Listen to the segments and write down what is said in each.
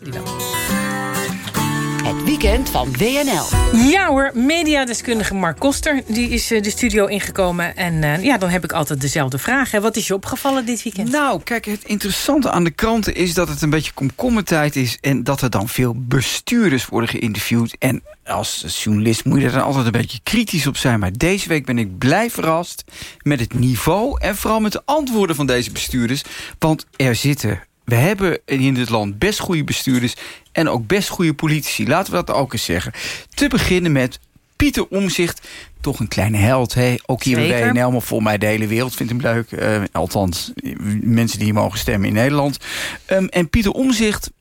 Het weekend van WNL. Ja hoor, mediadeskundige Mark Koster die is de studio ingekomen. En dan heb ik altijd dezelfde vraag. Hè. Wat is je opgevallen dit weekend? Nou, kijk, het interessante aan de kranten is dat het een beetje komkommertijd is en dat er dan veel bestuurders worden geïnterviewd. En als journalist moet je er dan altijd een beetje kritisch op zijn. Maar deze week ben ik blij verrast met het niveau en vooral met de antwoorden van deze bestuurders. Want we hebben in dit land best goede bestuurders en ook best goede politici. Laten we dat ook eens zeggen. Te beginnen met Pieter Omtzigt. Toch een kleine held, hè? Ook hier bij WNL, maar volgens mij de hele wereld vindt hem leuk. Althans, mensen die hier mogen stemmen in Nederland. En Pieter Omtzigt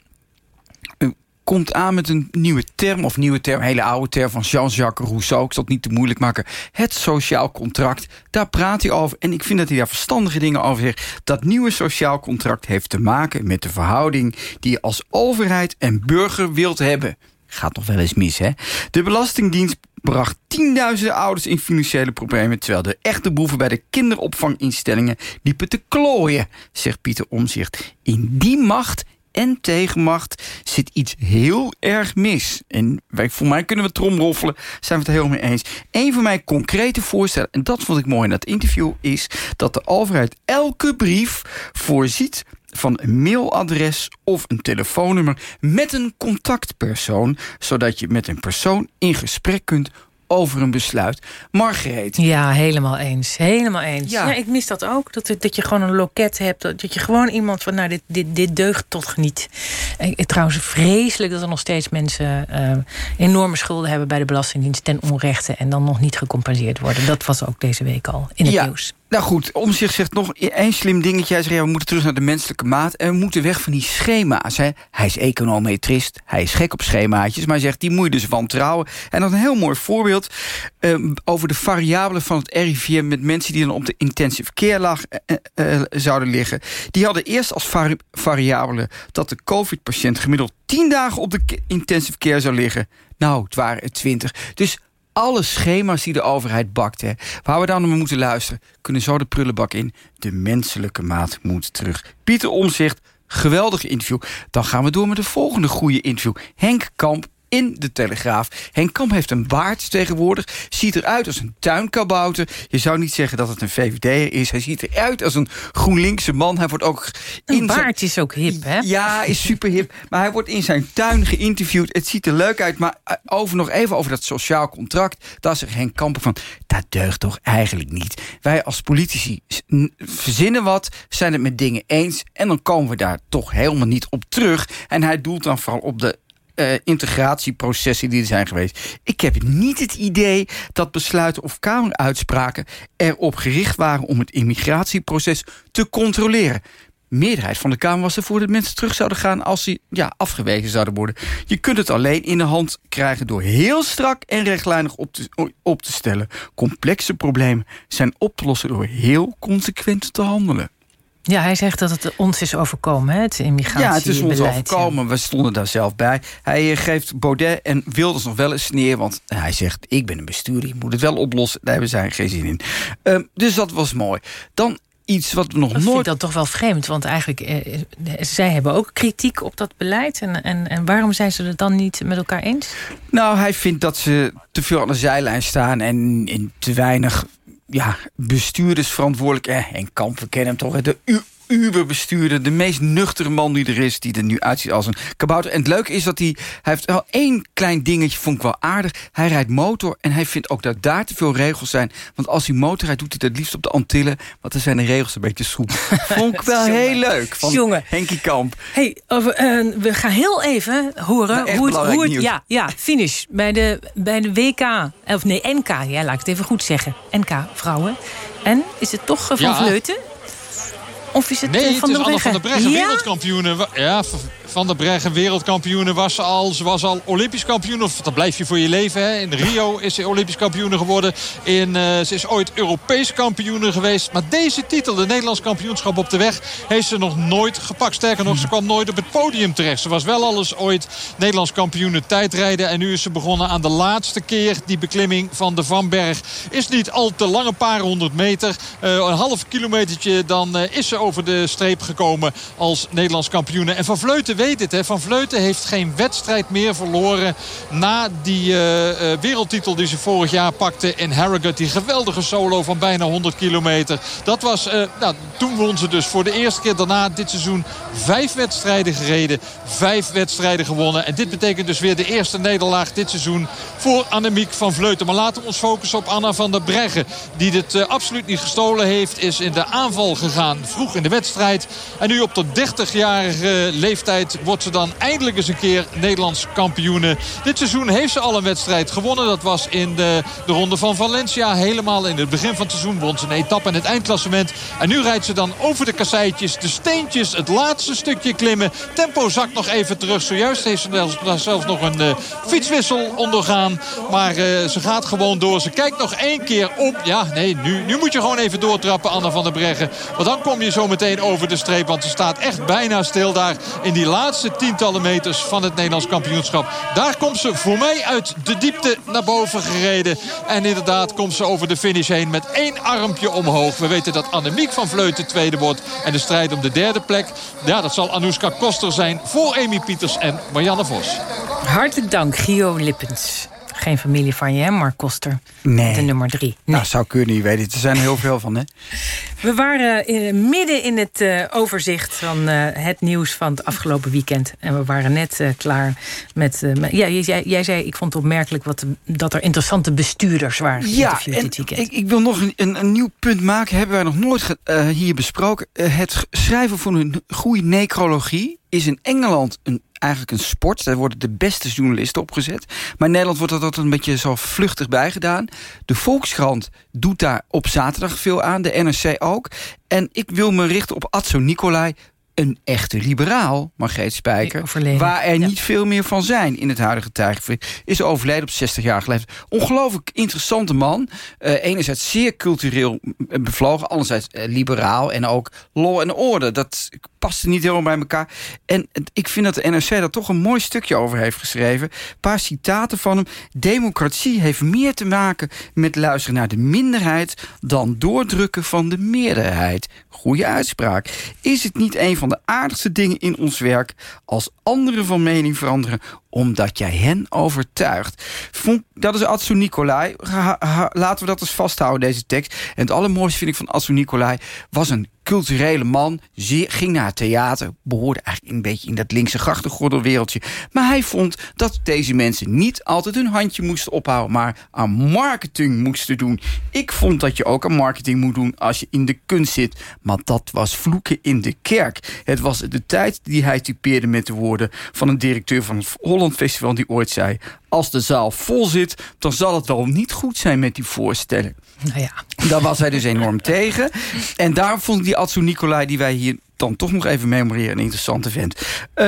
komt aan met een nieuwe term, hele oude term van Jean-Jacques Rousseau. Ik zal het niet te moeilijk maken. Het sociaal contract, daar praat hij over. En ik vind dat hij daar verstandige dingen over zegt. Dat nieuwe sociaal contract heeft te maken met de verhouding die je als overheid en burger wilt hebben. Gaat nog wel eens mis, hè? De Belastingdienst bracht tienduizenden ouders in financiële problemen, terwijl de echte boeven bij de kinderopvanginstellingen liepen te klooien, zegt Pieter Omtzigt. In die macht en tegenmacht zit iets heel erg mis. En voor mij kunnen we tromroffelen, zijn we het er heel mee eens. Een van mijn concrete voorstellen, en dat vond ik mooi in dat interview, is dat de overheid elke brief voorziet van een mailadres of een telefoonnummer met een contactpersoon, zodat je met een persoon in gesprek kunt over een besluit. Margreet. Ja, helemaal eens. Helemaal eens. Ja. Ja, ik mis dat ook. Dat je gewoon een loket hebt. Dat je gewoon iemand van, nou, dit deugt toch niet. Trouwens, vreselijk dat er nog steeds mensen enorme schulden hebben bij de Belastingdienst ten onrechte en dan nog niet gecompenseerd worden. Dat was ook deze week al in het nieuws. Nou goed, Omtzigt zegt nog één slim dingetje. Hij zegt, we moeten terug naar de menselijke maat en we moeten weg van die schema's. Hè. Hij is econometrist, hij is gek op schemaatjes, maar hij zegt, die moet je dus wantrouwen. En dan een heel mooi voorbeeld over de variabelen van het RIVM met mensen die dan op de intensive care zouden liggen. Die hadden eerst als variabele dat de COVID-patiënt gemiddeld 10 dagen op de intensive care zou liggen. Nou, het waren er 20. Dus alle schema's die de overheid bakt, hè, waar we dan naar moeten luisteren, kunnen zo de prullenbak in. De menselijke maat moet terug. Pieter Omtzigt, geweldig interview. Dan gaan we door met de volgende goede interview. Henk Kamp in de Telegraaf. Henk Kamp heeft een baard tegenwoordig. Ziet eruit als een tuinkabouter. Je zou niet zeggen dat het een VVD'er is. Hij ziet eruit als een GroenLinkse man. Hij wordt ook een baard is ook hip, hè? Ja, is super hip. Maar hij wordt in zijn tuin geïnterviewd. Het ziet er leuk uit. Maar nog even over dat sociaal contract. Daar zegt Henk Kamp van, dat deugt toch eigenlijk niet. Wij als politici verzinnen wat, zijn het met dingen eens, en dan komen we daar toch helemaal niet op terug. En hij doelt dan vooral op de integratieprocessen die er zijn geweest. Ik heb niet het idee dat besluiten of kameruitspraken erop gericht waren om het immigratieproces te controleren. De meerderheid van de Kamer was ervoor dat mensen terug zouden gaan als ze afgewezen zouden worden. Je kunt het alleen in de hand krijgen door heel strak en rechtlijnig op te stellen. Complexe problemen zijn op te lossen door heel consequent te handelen. Ja, hij zegt dat het ons is overkomen, hè, het immigratiebeleid. Ja, het is ons overkomen. We stonden daar zelf bij. Hij geeft Baudet en Wilders nog wel eens sneer, want hij zegt, ik ben een bestuurder, ik moet het wel oplossen. Daar hebben zij geen zin in. Dus dat was mooi. Dan iets wat we nog nooit... Ik vind dat toch wel vreemd, want eigenlijk zij hebben ook kritiek op dat beleid. En waarom zijn ze het dan niet met elkaar eens? Nou, hij vindt dat ze te veel aan de zijlijn staan en te weinig bestuurders verantwoordelijk. En Kamp, we kennen hem toch, de Uber-bestuurder, de meest nuchtere man die er is, die er nu uitziet als een kabouter. En het leuke is dat hij heeft wel één klein dingetje, vond ik wel aardig. Hij rijdt motor en hij vindt ook dat daar te veel regels zijn. Want als hij motor rijdt, doet hij dat liefst op de Antillen, want dan zijn de regels een beetje soepel. Vond ik wel heel leuk van Henkie Kamp. Hey, we gaan heel even horen hoe het finish bij de WK, of nee, NK, laat ik het even goed zeggen. NK, vrouwen. En is het toch Van Vleuten? Of is het Van der Breggen? Anne van der Breggen, wereldkampioene. Ja, Van der Breggen, wereldkampioene. Ze was al Olympisch kampioen. Of dat blijf je voor je leven. Hè. In Rio is ze Olympisch kampioene geworden. Ze is ooit Europees kampioene geweest. Maar deze titel, de Nederlands kampioenschap op de weg, heeft ze nog nooit gepakt. Sterker nog, ze kwam nooit op het podium terecht. Ze was wel alles ooit Nederlands kampioene tijdrijden. En nu is ze begonnen aan de laatste keer. Die beklimming van de Van Berg is niet al te lange, paar honderd meter. Een half kilometertje, dan is ze over de streep gekomen als Nederlands kampioenen. En Van Vleuten weet dit. Hè. Van Vleuten heeft geen wedstrijd meer verloren na die wereldtitel die ze vorig jaar pakte in Harrogate. Die geweldige solo van bijna 100 kilometer. Dat was, toen won ze dus voor de eerste keer daarna dit seizoen 5 wedstrijden gereden. 5 wedstrijden gewonnen. En dit betekent dus weer de eerste nederlaag dit seizoen voor Annemiek van Vleuten. Maar laten we ons focussen op Anna van der Breggen. Die dit absoluut niet gestolen heeft. Is in de aanval gegaan vroeg in de wedstrijd. En nu op de 30-jarige leeftijd wordt ze dan eindelijk eens een keer Nederlands kampioene. Dit seizoen heeft ze al een wedstrijd gewonnen. Dat was in de ronde van Valencia. Helemaal in het begin van het seizoen won ze een etappe en het eindklassement. En nu rijdt ze dan over de kasseitjes, de steentjes, het laatste stukje klimmen. Tempo zakt nog even terug. Zojuist heeft ze zelfs nog een fietswissel ondergaan. Maar ze gaat gewoon door. Ze kijkt nog 1 keer op. Ja, nee, nu moet je gewoon even doortrappen, Anna van der Breggen. Want dan kom je zo meteen over de streep. Want ze staat echt bijna stil daar in die laatste tientallen meters van het Nederlands kampioenschap. Daar komt ze voor mij uit de diepte naar boven gereden. En inderdaad komt ze over de finish heen met 1 armpje omhoog. We weten dat Annemiek van Vleuten tweede wordt. En de strijd om de 3e plek, ja, dat zal Anoushka Koster zijn voor Amy Pieters en Marianne Vos. Hartelijk dank, Gio Lippens. Geen familie van je, hè, Mark Koster? Nee. De nummer 3. Nee. Nou, zou kunnen, je weet het. Er zijn er heel veel van, hè? We waren midden in het overzicht van het nieuws van het afgelopen weekend. En we waren net klaar met... jij zei, ik vond het opmerkelijk dat er interessante bestuurders waren geïnterviewd dit weekend. Ik wil nog een nieuw punt maken. Hebben wij nog nooit hier besproken. Het schrijven van een goede necrologie is in Engeland eigenlijk een sport. Daar worden de beste journalisten opgezet. Maar in Nederland wordt dat altijd een beetje zo vluchtig bijgedaan. De Volkskrant doet daar op zaterdag veel aan. De NRC ook. En ik wil me richten op Atso Nicolai. Een echte liberaal, Margreet Spijker. Waar er niet veel meer van zijn in het huidige tijdperk. Is overleden op 60-jarige leeftijd. Ongelooflijk interessante man. Enerzijds zeer cultureel bevlogen. Anderzijds liberaal en ook law en orde. Dat paste niet helemaal bij elkaar. En ik vind dat de NRC daar toch een mooi stukje over heeft geschreven. Een paar citaten van hem. Democratie heeft meer te maken met luisteren naar de minderheid dan doordrukken van de meerderheid. Goeie uitspraak. Is het niet een van de aardigste dingen in ons werk als anderen van mening veranderen omdat jij hen overtuigt? Dat is Atso Nicolai. Laten we dat eens vasthouden, deze tekst. En het allermooiste vind ik van Atso Nicolai was een culturele man, ging naar het theater, behoorde eigenlijk een beetje in dat linkse grachtengordelwereldje. Maar hij vond dat deze mensen niet altijd hun handje moesten ophouden, maar aan marketing moesten doen. Ik vond dat je ook aan marketing moet doen als je in de kunst zit. Maar dat was vloeken in de kerk. Het was de tijd die hij typeerde met de woorden van een directeur van het Holland Festival die ooit zei: als de zaal vol zit, dan zal het wel niet goed zijn met die voorstelling. Nou ja. Daar was hij dus enorm tegen. En daar vond ik die Atso Nicolai, die wij hier dan toch nog even memoreren, een interessante vent.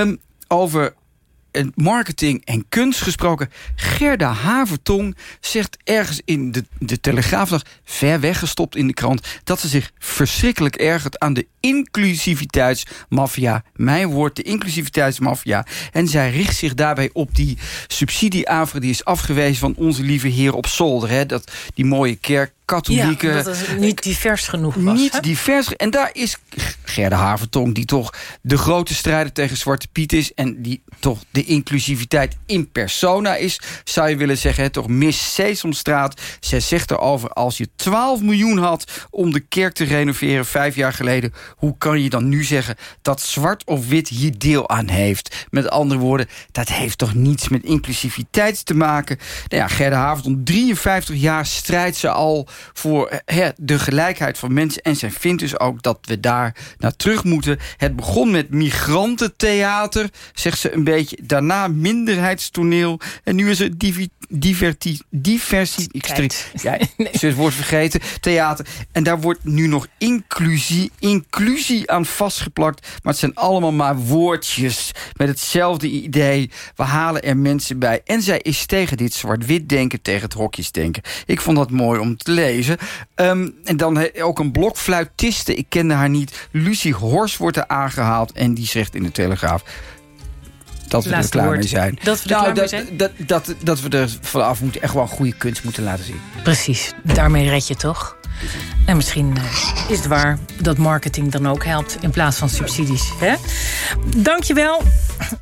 Over marketing en kunst gesproken. Gerda Havertong zegt ergens in de Telegraafdag, ver weggestopt in de krant, dat ze zich verschrikkelijk ergert aan de inclusiviteitsmafia. Mijn woord, de inclusiviteitsmafia. En zij richt zich daarbij op die subsidieaanvraag die is afgewezen van Onze Lieve Heer op zolder. Hè? Die mooie kerk. Katholieke. Ja, dat het niet divers genoeg was. Niet divers. En daar is Gerda Havertong, die toch de grote strijder tegen Zwarte Piet is en die toch de inclusiviteit in persona is, zou je willen zeggen, hè, toch Miss Sesamstraat. Zij zegt erover, als je 12 miljoen had om de kerk te renoveren 5 jaar geleden, hoe kan je dan nu zeggen dat zwart of wit hier deel aan heeft? Met andere woorden, dat heeft toch niets met inclusiviteit te maken? Nou ja, Gerda Havertong, 53 jaar strijdt ze al voor de gelijkheid van mensen. En zij vindt dus ook dat we daar naar terug moeten. Het begon met migrantentheater, zegt ze een beetje. Daarna minderheidstoneel. En nu is het diversie. Ja, het woord vergeten. Theater. En daar wordt nu nog inclusie aan vastgeplakt. Maar het zijn allemaal maar woordjes met hetzelfde idee. We halen er mensen bij. En zij is tegen dit zwart-wit denken, tegen het hokjesdenken. Ik vond dat mooi om te lezen. En dan ook een blokfluitiste. Ik kende haar niet. Lucie Horst wordt er aangehaald. En die zegt in de Telegraaf dat we er klaar mee zijn. Dat we er klaar mee zijn? Dat we er vanaf moeten. Echt wel goede kunst moeten laten zien. Precies. Daarmee red je toch? En misschien is het waar dat marketing dan ook helpt in plaats van subsidies. Hè? Dankjewel.